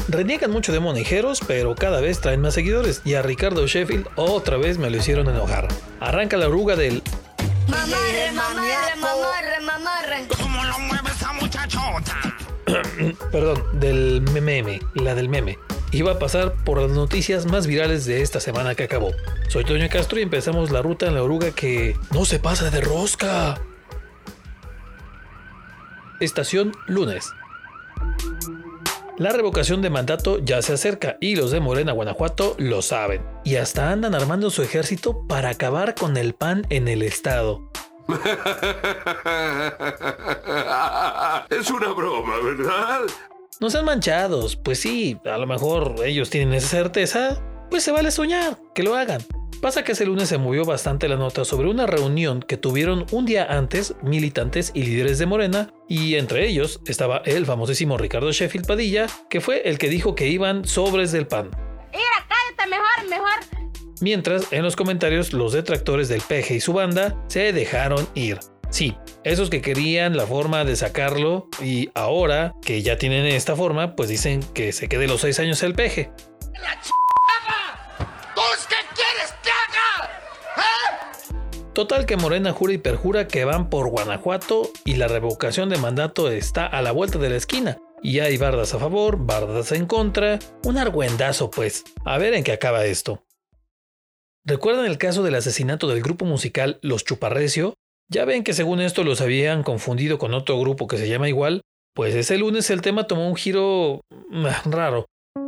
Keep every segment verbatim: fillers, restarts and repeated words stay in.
Reniegan mucho de monejeros, pero cada vez traen más seguidores. Y a Ricardo Sheffield otra vez me lo hicieron enojar. Arranca la oruga del... Mamarre, mamarre, mamarre, mamarre. ¿Cómo lo mueve esa muchachota? Perdón, del meme, la del meme. Iba a pasar por las noticias más virales de esta semana que acabó. Soy Toño Castro y empezamos la ruta en la oruga que no se pasa de rosca. Estación lunes. La revocación de mandato ya se acerca y los de Morena, Guanajuato, lo saben. Y hasta andan armando su ejército para acabar con el P A N en el estado. Es una broma, ¿verdad? No sean manchados, pues sí, a lo mejor ellos tienen esa certeza, pues se vale soñar, que lo hagan. Pasa que ese lunes se movió bastante la nota sobre una reunión que tuvieron un día antes militantes y líderes de Morena, y entre ellos estaba el famosísimo Ricardo Sheffield Padilla, que fue el que dijo que iban sobres del P A N. Mira, cállate, mejor, mejor. Mientras, en los comentarios, los detractores del P G y su banda se dejaron ir. Sí, esos que querían la forma de sacarlo y ahora que ya tienen esta forma, pues dicen que se quede los seis años el P G. ¡La ch***! ¿Tú qué quieres que haga? ¿Eh? Total que Morena jura y perjura que van por Guanajuato y la revocación de mandato está a la vuelta de la esquina. Y hay bardas a favor, bardas en contra, un argüendazo pues. A ver en qué acaba esto. ¿Recuerdan el caso del asesinato del grupo musical Los Chuparrecio? Ya ven que según esto los habían confundido con otro grupo que se llama igual, pues ese lunes el tema tomó un giro raro.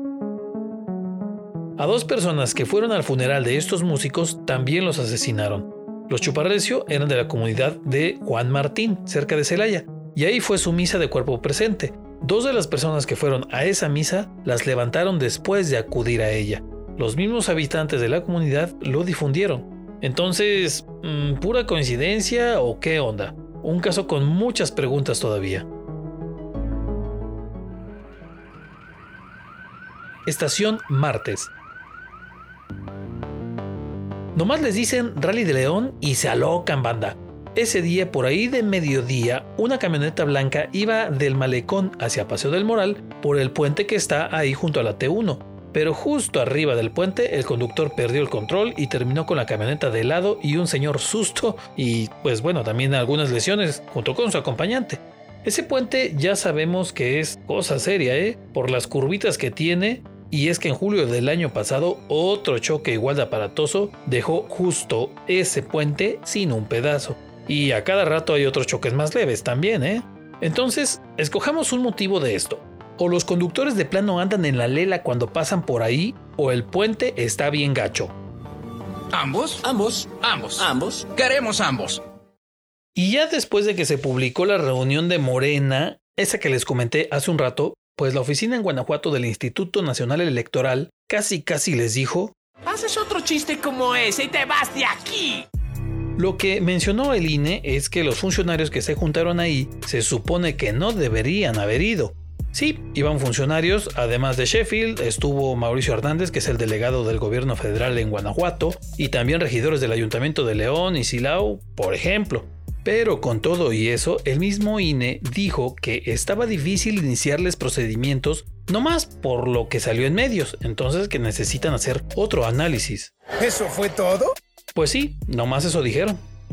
A dos personas que fueron al funeral de estos músicos también los asesinaron. Los Chuparrecio eran de la comunidad de Juan Martín, cerca de Celaya, y ahí fue su misa de cuerpo presente. Dos de las personas que fueron a esa misa las levantaron después de acudir a ella. Los mismos habitantes de la comunidad lo difundieron. Entonces, ¿pura coincidencia o qué onda? Un caso con muchas preguntas todavía. Estación martes. Nomás les dicen Rally de León y se alocan, banda. Ese día, por ahí de mediodía, una camioneta blanca iba del Malecón hacia Paseo del Moral por el puente que está ahí junto a la T uno. Pero justo arriba del puente el conductor perdió el control y terminó con la camioneta de lado y un señor susto y pues bueno también algunas lesiones junto con su acompañante. Ese puente ya sabemos que es cosa seria, ¿eh? Por las curvitas que tiene, y es que en julio del año pasado otro choque igual de aparatoso dejó justo ese puente sin un pedazo. Y a cada rato hay otros choques más leves también, ¿eh? Entonces, escojamos un motivo de esto. O los conductores de plano andan en la lela cuando pasan por ahí, o el puente está bien gacho. ¿Ambos? Ambos. Ambos. Ambos. Queremos ambos. Y ya después de que se publicó la reunión de Morena, esa que les comenté hace un rato, pues la oficina en Guanajuato del Instituto Nacional Electoral casi casi les dijo: Haces otro chiste como ese y te vas de aquí. Lo que mencionó el I N E es que los funcionarios que se juntaron ahí se supone que no deberían haber ido. Sí, iban funcionarios, además de Sheffield, estuvo Mauricio Hernández, que es el delegado del gobierno federal en Guanajuato, y también regidores del Ayuntamiento de León y Silao, por ejemplo. Pero con todo y eso, el mismo I N E dijo que estaba difícil iniciarles procedimientos, nomás por lo que salió en medios, entonces que necesitan hacer otro análisis. ¿Eso fue todo? Pues sí, nomás eso dijeron.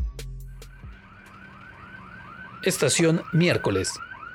Estación miércoles.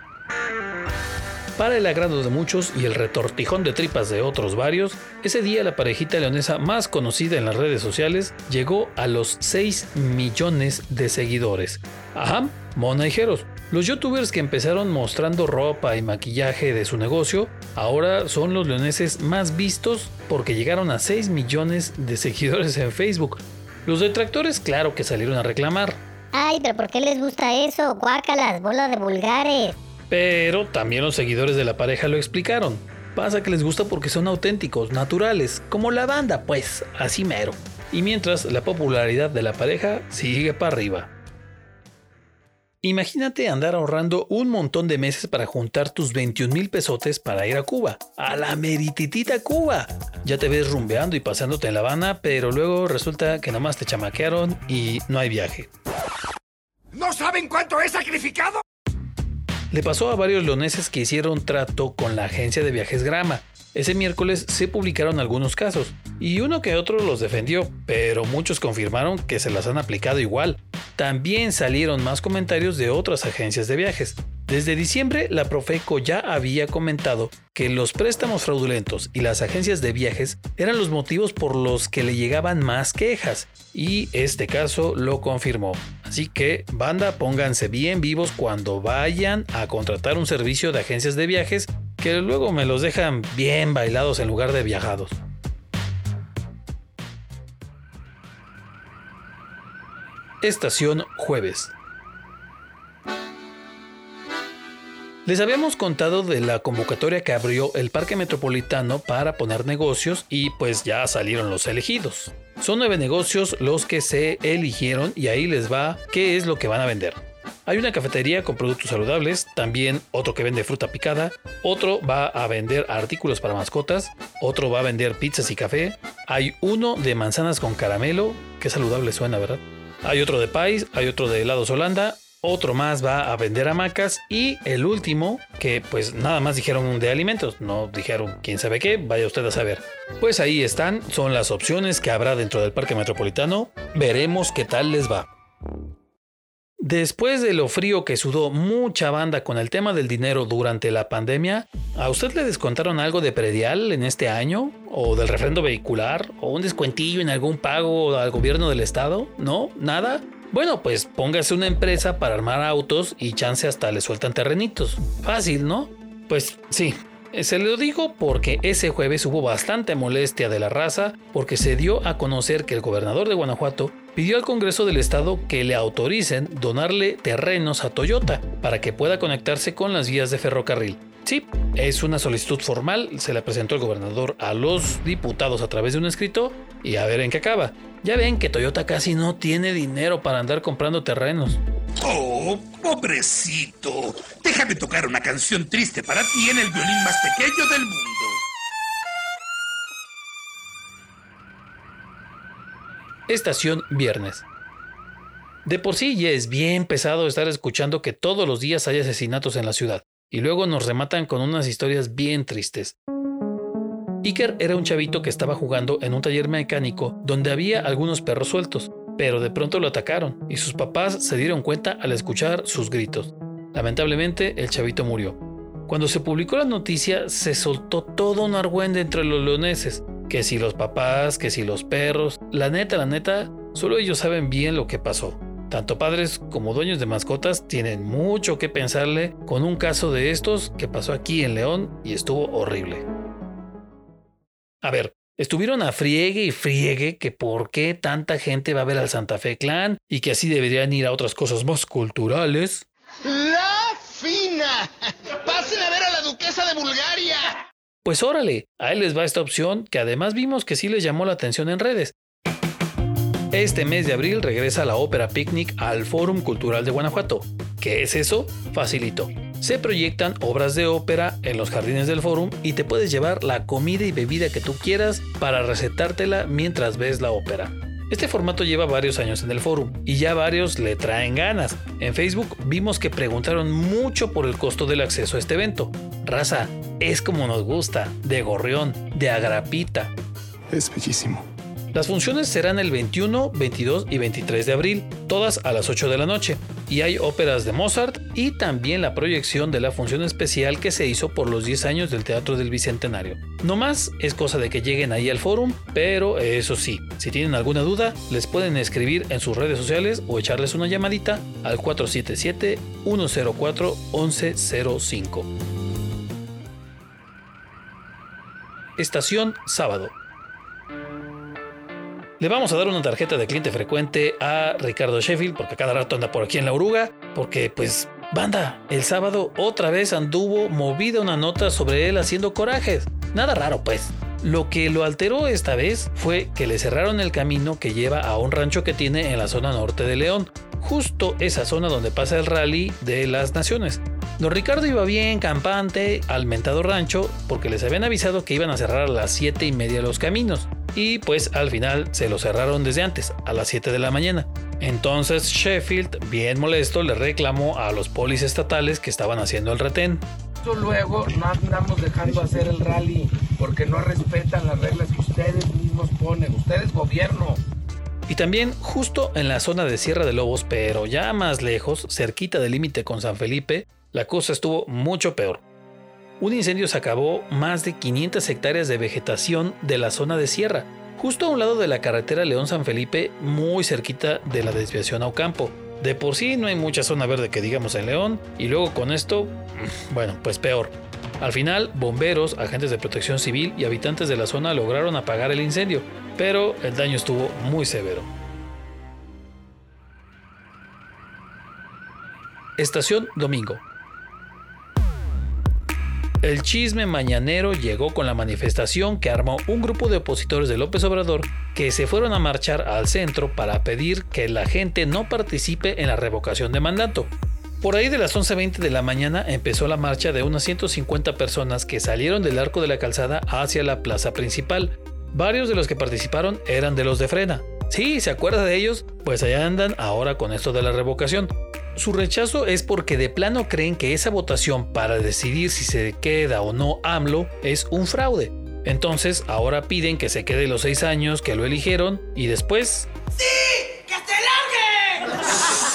Para el agrado de muchos y el retortijón de tripas de otros varios, ese día la parejita leonesa más conocida en las redes sociales llegó a los seis millones de seguidores. Ajá, monajeros. Los youtubers que empezaron mostrando ropa y maquillaje de su negocio, ahora son los leoneses más vistos porque llegaron a seis millones de seguidores en Facebook. Los detractores, claro que salieron a reclamar. Ay, pero ¿por qué les gusta eso? Guácalas, bola de vulgares. Pero también los seguidores de la pareja lo explicaron. Pasa que les gusta porque son auténticos, naturales, como la banda, pues, así mero. Y mientras, la popularidad de la pareja sigue para arriba. Imagínate andar ahorrando un montón de meses para juntar tus veintiún mil pesotes para ir a Cuba. ¡A la merititita Cuba! Ya te ves rumbeando y pasándote en La Habana, pero luego resulta que nomás te chamaquearon y no hay viaje. ¿No saben cuánto he sacrificado? Le pasó a varios leoneses que hicieron trato con la agencia de viajes Grama. ese miércoles se publicaron algunos casos, y uno que otro los defendió, pero muchos confirmaron que se las han aplicado igual. También salieron más comentarios de otras agencias de viajes. Desde diciembre, la Profeco ya había comentado que los préstamos fraudulentos y las agencias de viajes eran los motivos por los que le llegaban más quejas, y este caso lo confirmó. Así que, banda, pónganse bien vivos cuando vayan a contratar un servicio de agencias de viajes, que luego me los dejan bien bailados en lugar de viajados. Estación jueves. Les habíamos contado de la convocatoria que abrió el Parque Metropolitano para poner negocios y pues ya salieron los elegidos. Son nueve negocios los que se eligieron y ahí les va qué es lo que van a vender. Hay una cafetería con productos saludables, también otro que vende fruta picada, otro va a vender artículos para mascotas, otro va a vender pizzas y café, hay uno de manzanas con caramelo, qué saludable suena, ¿verdad? Hay otro de pies, hay otro de helados Holanda, otro más va a vender hamacas y el último, que pues nada más dijeron de alimentos, no dijeron quién sabe qué, vaya usted a saber. Pues ahí están, son las opciones que habrá dentro del Parque Metropolitano, veremos qué tal les va. Después de lo frío que sudó mucha banda con el tema del dinero durante la pandemia, ¿a usted le descontaron algo de predial en este año? ¿O del refrendo vehicular? ¿O un descuentillo en algún pago al gobierno del estado? ¿No? ¿Nada? Bueno, pues póngase una empresa para armar autos y chance hasta le sueltan terrenitos. Fácil, ¿no? Pues sí. Se lo digo porque ese jueves hubo bastante molestia de la raza porque se dio a conocer que el gobernador de Guanajuato pidió al Congreso del Estado que le autoricen donarle terrenos a Toyota para que pueda conectarse con las vías de ferrocarril. Sí, es una solicitud formal, se la presentó el gobernador a los diputados a través de un escrito y a ver en qué acaba. Ya ven que Toyota casi no tiene dinero para andar comprando terrenos. Oh, pobrecito. Déjame tocar una canción triste para ti en el violín más pequeño del mundo. Estación viernes. De por sí ya es bien pesado estar escuchando que todos los días hay asesinatos en la ciudad, y luego nos rematan con unas historias bien tristes. Iker era un chavito que estaba jugando en un taller mecánico donde había algunos perros sueltos, pero de pronto lo atacaron y sus papás se dieron cuenta al escuchar sus gritos. Lamentablemente, el chavito murió. Cuando se publicó la noticia, se soltó todo un argüende entre los leoneses, que si los papás, que si los perros. La neta, la neta, solo ellos saben bien lo que pasó. Tanto padres como dueños de mascotas tienen mucho que pensarle con un caso de estos que pasó aquí en León y estuvo horrible. A ver, estuvieron a friegue y friegue que por qué tanta gente va a ver al Santa Fe Clan y que así deberían ir a otras cosas más culturales. ¡La fina! ¡Pasen a ver a la duquesa de Bulgaria! Pues órale, ahí les va esta opción que además vimos que sí les llamó la atención en redes. Este mes de abril regresa la Ópera Picnic al Fórum Cultural de Guanajuato. ¿Qué es eso? Facilito. Se proyectan obras de ópera en los jardines del Fórum y te puedes llevar la comida y bebida que tú quieras para recetártela mientras ves la ópera. Este formato lleva varios años en el Fórum y ya varios le traen ganas. En Facebook vimos que preguntaron mucho por el costo del acceso a este evento. Raza, es como nos gusta, de gorrión, de agrapita. Es bellísimo. Las funciones serán el veintiuno, veintidós y veintitrés de abril, todas a las ocho de la noche. Y hay óperas de Mozart y también la proyección de la función especial que se hizo por los diez años del Teatro del Bicentenario. No más es cosa de que lleguen ahí al Fórum, pero eso sí, si tienen alguna duda, les pueden escribir en sus redes sociales o echarles una llamadita al cuatro siete siete, uno cero cuatro, once cero cinco. Estación sábado. Le vamos a dar una tarjeta de cliente frecuente a Ricardo Sheffield porque cada rato anda por aquí en la oruga, porque pues banda, el sábado otra vez anduvo movida una nota sobre él haciendo corajes. Nada raro pues. Lo que lo alteró esta vez fue que le cerraron el camino que lleva a un rancho que tiene en la zona norte de León, justo esa zona donde pasa el rally de las naciones. Don Ricardo iba bien campante al mentado rancho porque les habían avisado que iban a cerrar a las siete y media los caminos. Y pues al final se lo cerraron desde antes, a las siete de la mañana. Entonces Sheffield, bien molesto, le reclamó a los polis estatales que estaban haciendo el retén. Luego no andamos dejando hacer el rally porque no respetan las reglas que ustedes mismos ponen. Ustedes gobierno. Y también justo en la zona de Sierra de Lobos, pero ya más lejos, cerquita del límite con San Felipe, la cosa estuvo mucho peor. Un incendio se acabó más de quinientas hectáreas de vegetación de la zona de sierra, justo a un lado de la carretera León-San Felipe, muy cerquita de la desviación a Ocampo. De por sí no hay mucha zona verde que digamos en León, y luego con esto, bueno, pues peor. Al final, bomberos, agentes de protección civil y habitantes de la zona lograron apagar el incendio, pero el daño estuvo muy severo. Estación Domingo. El chisme mañanero llegó con la manifestación que armó un grupo de opositores de López Obrador que se fueron a marchar al centro para pedir que la gente no participe en la revocación de mandato. Por ahí de las once veinte de la mañana empezó la marcha de unas ciento cincuenta personas que salieron del Arco de la Calzada hacia la plaza principal. Varios de los que participaron eran de los de Frena. Sí, ¿se acuerda de ellos? Pues allá andan ahora con esto de la revocación. Su rechazo es porque de plano creen que esa votación para decidir si se queda o no AMLO es un fraude. Entonces ahora piden que se quede los seis años que lo eligieron y después... ¡Sí! ¡Que se largue!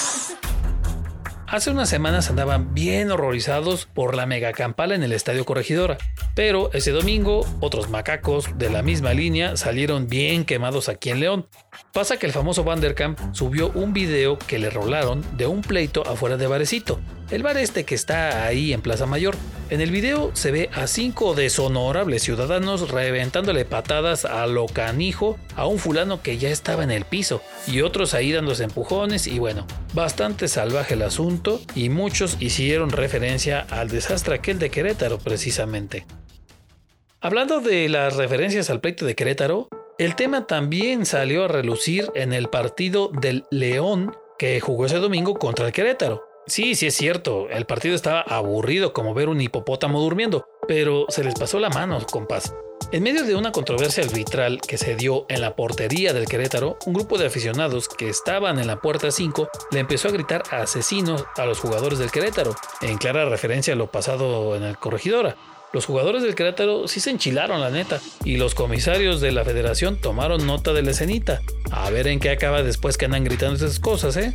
Hace unas semanas andaban bien horrorizados por la megacampala en el Estadio Corregidora, pero ese domingo otros macacos de la misma línea salieron bien quemados aquí en León. Pasa que el famoso Vanderkamp subió un video que le rolaron de un pleito afuera de Varecito, el bar este que está ahí en Plaza Mayor. En el video se ve a cinco deshonorables ciudadanos reventándole patadas a lo canijo a un fulano que ya estaba en el piso y otros ahí dándose empujones y bueno, bastante salvaje el asunto y muchos hicieron referencia al desastre aquel de Querétaro precisamente. Hablando de las referencias al pleito de Querétaro, el tema también salió a relucir en el partido del León que jugó ese domingo contra el Querétaro. Sí, sí es cierto, el partido estaba aburrido como ver un hipopótamo durmiendo, pero se les pasó la mano, compás. En medio de una controversia arbitral que se dio en la portería del Querétaro, un grupo de aficionados que estaban en la puerta cinco le empezó a gritar asesinos a los jugadores del Querétaro, en clara referencia a lo pasado en el Corregidora. Los jugadores del Querétaro sí se enchilaron, la neta, y los comisarios de la federación tomaron nota de la escenita. A ver en qué acaba después que andan gritando esas cosas, ¿eh?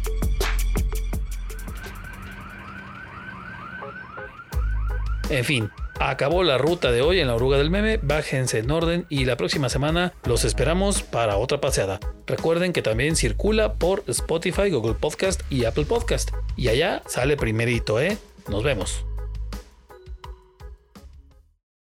En fin, acabó la ruta de hoy en la Oruga del Meme, bájense en orden y la próxima semana los esperamos para otra paseada. Recuerden que también circula por Spotify, Google Podcast y Apple Podcast. Y allá sale primerito, ¿eh? Nos vemos.